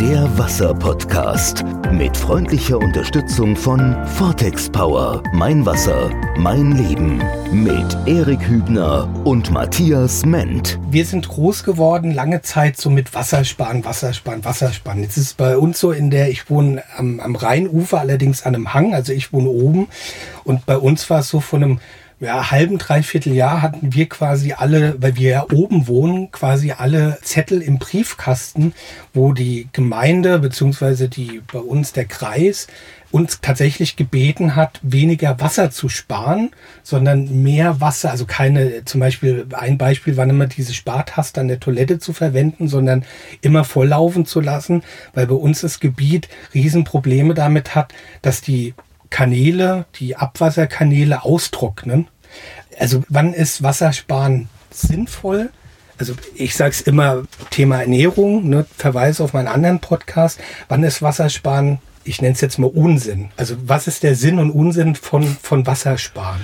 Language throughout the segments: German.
Der Wasser-Podcast mit freundlicher Unterstützung von Vortex Power. Mein Wasser, mein Leben. Mit Erik Hübner und Matthias Ment. Wir sind groß geworden, lange Zeit so mit Wassersparen. Jetzt ist es bei uns so ich wohne am Rheinufer, allerdings an einem Hang. Also ich wohne oben. Und bei uns war es so von einem halben, dreiviertel Jahr hatten wir quasi alle, weil wir ja oben wohnen, quasi alle Zettel im Briefkasten, wo die Gemeinde beziehungsweise bei uns der Kreis uns tatsächlich gebeten hat, weniger Wasser zu sparen, sondern mehr Wasser, also ein Beispiel war immer diese Spartaste an der Toilette zu verwenden, sondern immer volllaufen zu lassen, weil bei uns das Gebiet Riesenprobleme damit hat, dass die Abwasserkanäle austrocknen. Also wann ist Wassersparen sinnvoll? Also ich sage es immer, Thema Ernährung, Verweise auf meinen anderen Podcast. Wann ist Wassersparen, ich nenne es jetzt mal Unsinn? Also was ist der Sinn und Unsinn von Wassersparen?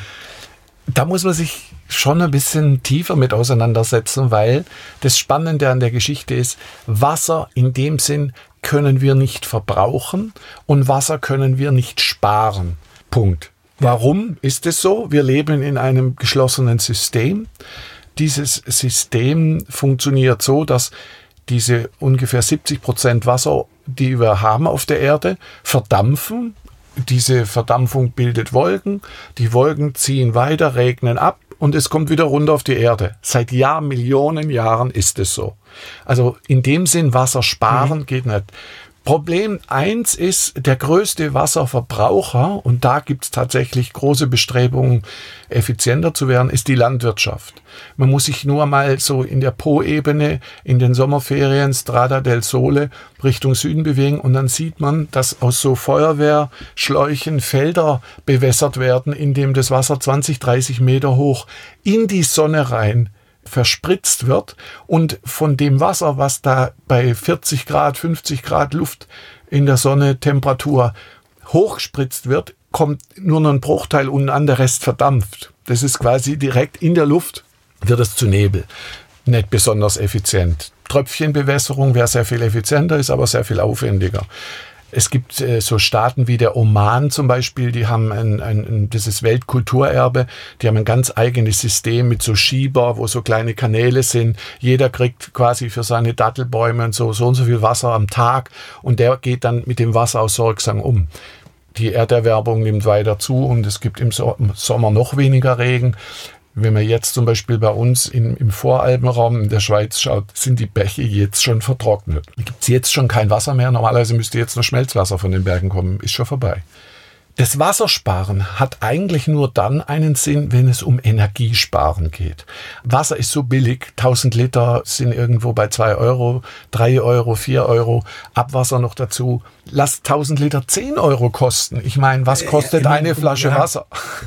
Da muss man sich schon ein bisschen tiefer mit auseinandersetzen, weil das Spannende an der Geschichte ist, Wasser in dem Sinn können wir nicht verbrauchen und Wasser können wir nicht sparen. Punkt. Warum ist es so? Wir leben in einem geschlossenen System. Dieses System funktioniert so, dass diese ungefähr 70% Wasser, die wir haben auf der Erde, verdampfen. Diese Verdampfung bildet Wolken. Die Wolken ziehen weiter, regnen ab und es kommt wieder runter auf die Erde. Seit Millionen Jahren ist es so. Also in dem Sinn, Wasser sparen geht nicht. Problem 1 ist, der größte Wasserverbraucher, und da gibt es tatsächlich große Bestrebungen, effizienter zu werden, ist die Landwirtschaft. Man muss sich nur mal so in der Po-Ebene, in den Sommerferien, Strada del Sole, Richtung Süden bewegen und dann sieht man, dass aus so Feuerwehrschläuchen Felder bewässert werden, indem das Wasser 20, 30 Meter hoch in die Sonne rein verspritzt wird und von dem Wasser, was da bei 40 Grad, 50 Grad Luft in der Sonne Temperatur hochgespritzt wird, kommt nur noch ein Bruchteil unten an, der Rest verdampft. Das ist quasi direkt in der Luft, wird es zu Nebel. Nicht besonders effizient. Tröpfchenbewässerung wäre sehr viel effizienter, ist aber sehr viel aufwendiger. Es gibt so Staaten wie der Oman zum Beispiel, die haben dieses Weltkulturerbe, die haben ein ganz eigenes System mit so Schieber, wo so kleine Kanäle sind. Jeder kriegt quasi für seine Dattelbäume und so und so viel Wasser am Tag und der geht dann mit dem Wasser auch sorgsam um. Die Erderwärmung nimmt weiter zu und es gibt im Sommer noch weniger Regen. Wenn man jetzt zum Beispiel bei uns im Voralpenraum in der Schweiz schaut, sind die Bäche jetzt schon vertrocknet. Da gibt es jetzt schon kein Wasser mehr. Normalerweise müsste jetzt noch Schmelzwasser von den Bergen kommen. Ist schon vorbei. Das Wassersparen hat eigentlich nur dann einen Sinn, wenn es um Energiesparen geht. Wasser ist so billig, 1000 Liter sind irgendwo bei 2 Euro, 3 Euro, 4 Euro, Abwasser noch dazu. Lass 1000 Liter 10 Euro kosten. Ich meine, was kostet eine Flasche Wasser?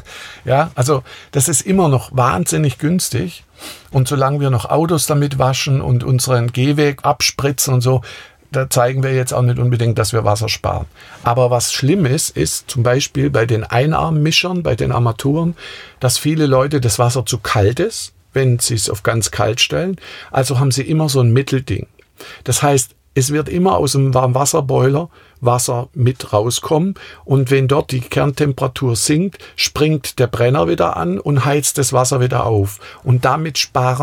Ja, also das ist immer noch wahnsinnig günstig. Und solange wir noch Autos damit waschen und unseren Gehweg abspritzen und so, da zeigen wir jetzt auch nicht unbedingt, dass wir Wasser sparen. Aber was schlimm ist zum Beispiel bei den Einarmmischern, bei den Armaturen, dass viele Leute das Wasser zu kalt ist, wenn sie es auf ganz kalt stellen. Also haben sie immer so ein Mittelding. Das heißt, es wird immer aus dem Warmwasserboiler Wasser mit rauskommen und wenn dort die Kerntemperatur sinkt, springt der Brenner wieder an und heizt das Wasser wieder auf. Und damit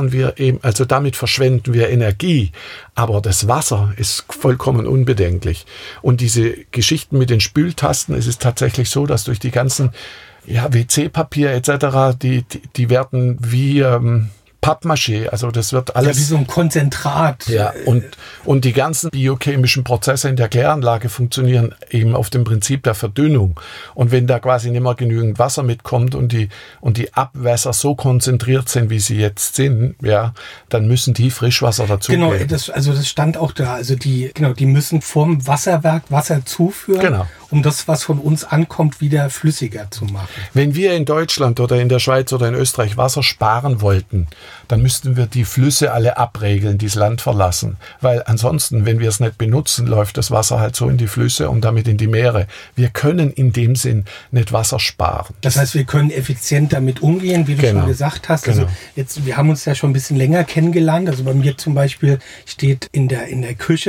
damit verschwenden wir Energie. Aber das Wasser ist vollkommen unbedenklich. Und diese Geschichten mit den Spültasten, es ist tatsächlich so, dass durch die ganzen WC-Papier etc., die werden wie Pappmaché, also das wird alles... Ja, wie so ein Konzentrat. Ja, und die ganzen biochemischen Prozesse in der Kläranlage funktionieren eben auf dem Prinzip der Verdünnung. Und wenn da quasi nicht mehr genügend Wasser mitkommt und die Abwässer so konzentriert sind, wie sie jetzt sind, ja, dann müssen die Frischwasser dazugeben. Genau, das stand auch da. Also die müssen vom Wasserwerk Wasser zuführen. Genau. um das, was von uns ankommt, wieder flüssiger zu machen. Wenn wir in Deutschland oder in der Schweiz oder in Österreich Wasser sparen wollten, dann müssten wir die Flüsse alle abregeln, die das Land verlassen. Weil ansonsten, wenn wir es nicht benutzen, läuft das Wasser halt so in die Flüsse und damit in die Meere. Wir können in dem Sinn nicht Wasser sparen. Das heißt, wir können effizient damit umgehen, wie du schon gesagt hast. Genau. Also jetzt, wir haben uns ja schon ein bisschen länger kennengelernt. Also bei mir zum Beispiel steht in der Küche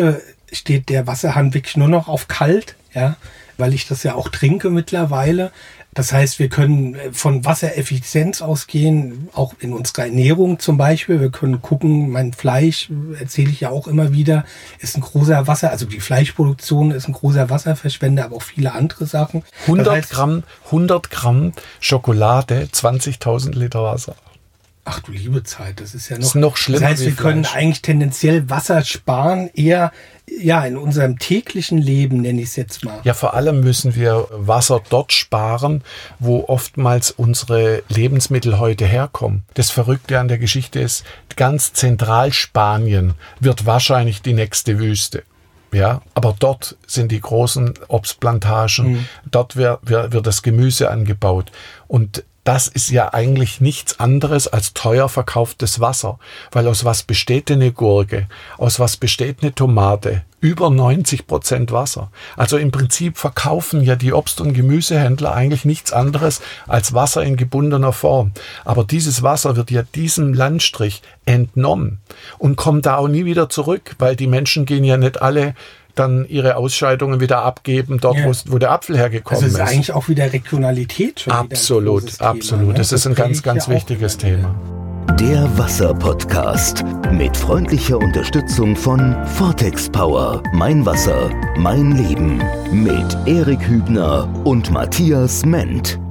steht der Wasserhahn wirklich nur noch auf kalt, ja, weil ich das ja auch trinke mittlerweile. Das heißt, wir können von Wassereffizienz ausgehen, auch in unserer Ernährung zum Beispiel. Wir können gucken, mein Fleisch, erzähle ich ja auch immer wieder, ist ein großer also die Fleischproduktion ist ein großer Wasserverschwender, aber auch viele andere Sachen. 100 Gramm Schokolade, 20.000 Liter Wasser. Ach du liebe Zeit, das ist ja noch schlimmer. Das heißt, wir können eigentlich tendenziell Wasser sparen, eher in unserem täglichen Leben, nenne ich es jetzt mal. Ja, vor allem müssen wir Wasser dort sparen, wo oftmals unsere Lebensmittel heute herkommen. Das Verrückte an der Geschichte ist, ganz Zentralspanien wird wahrscheinlich die nächste Wüste. Ja, aber dort sind die großen Obstplantagen, dort wird das Gemüse angebaut. Und das ist ja eigentlich nichts anderes als teuer verkauftes Wasser. Weil aus was besteht denn eine Gurke? Aus was besteht eine Tomate? Über 90% Wasser. Also im Prinzip verkaufen ja die Obst- und Gemüsehändler eigentlich nichts anderes als Wasser in gebundener Form. Aber dieses Wasser wird ja diesem Landstrich entnommen und kommt da auch nie wieder zurück, weil die Menschen gehen ja nicht alle dann ihre Ausscheidungen wieder abgeben, dort wo der Apfel hergekommen ist. Also ist eigentlich auch wieder Regionalität schon. Absolut. Thema, ne? Das ist ein ganz, ganz wichtiges Thema. Der Wasser-Podcast mit freundlicher Unterstützung von Vortex Power. Mein Wasser, mein Leben. Mit Erik Hübner und Matthias Ment.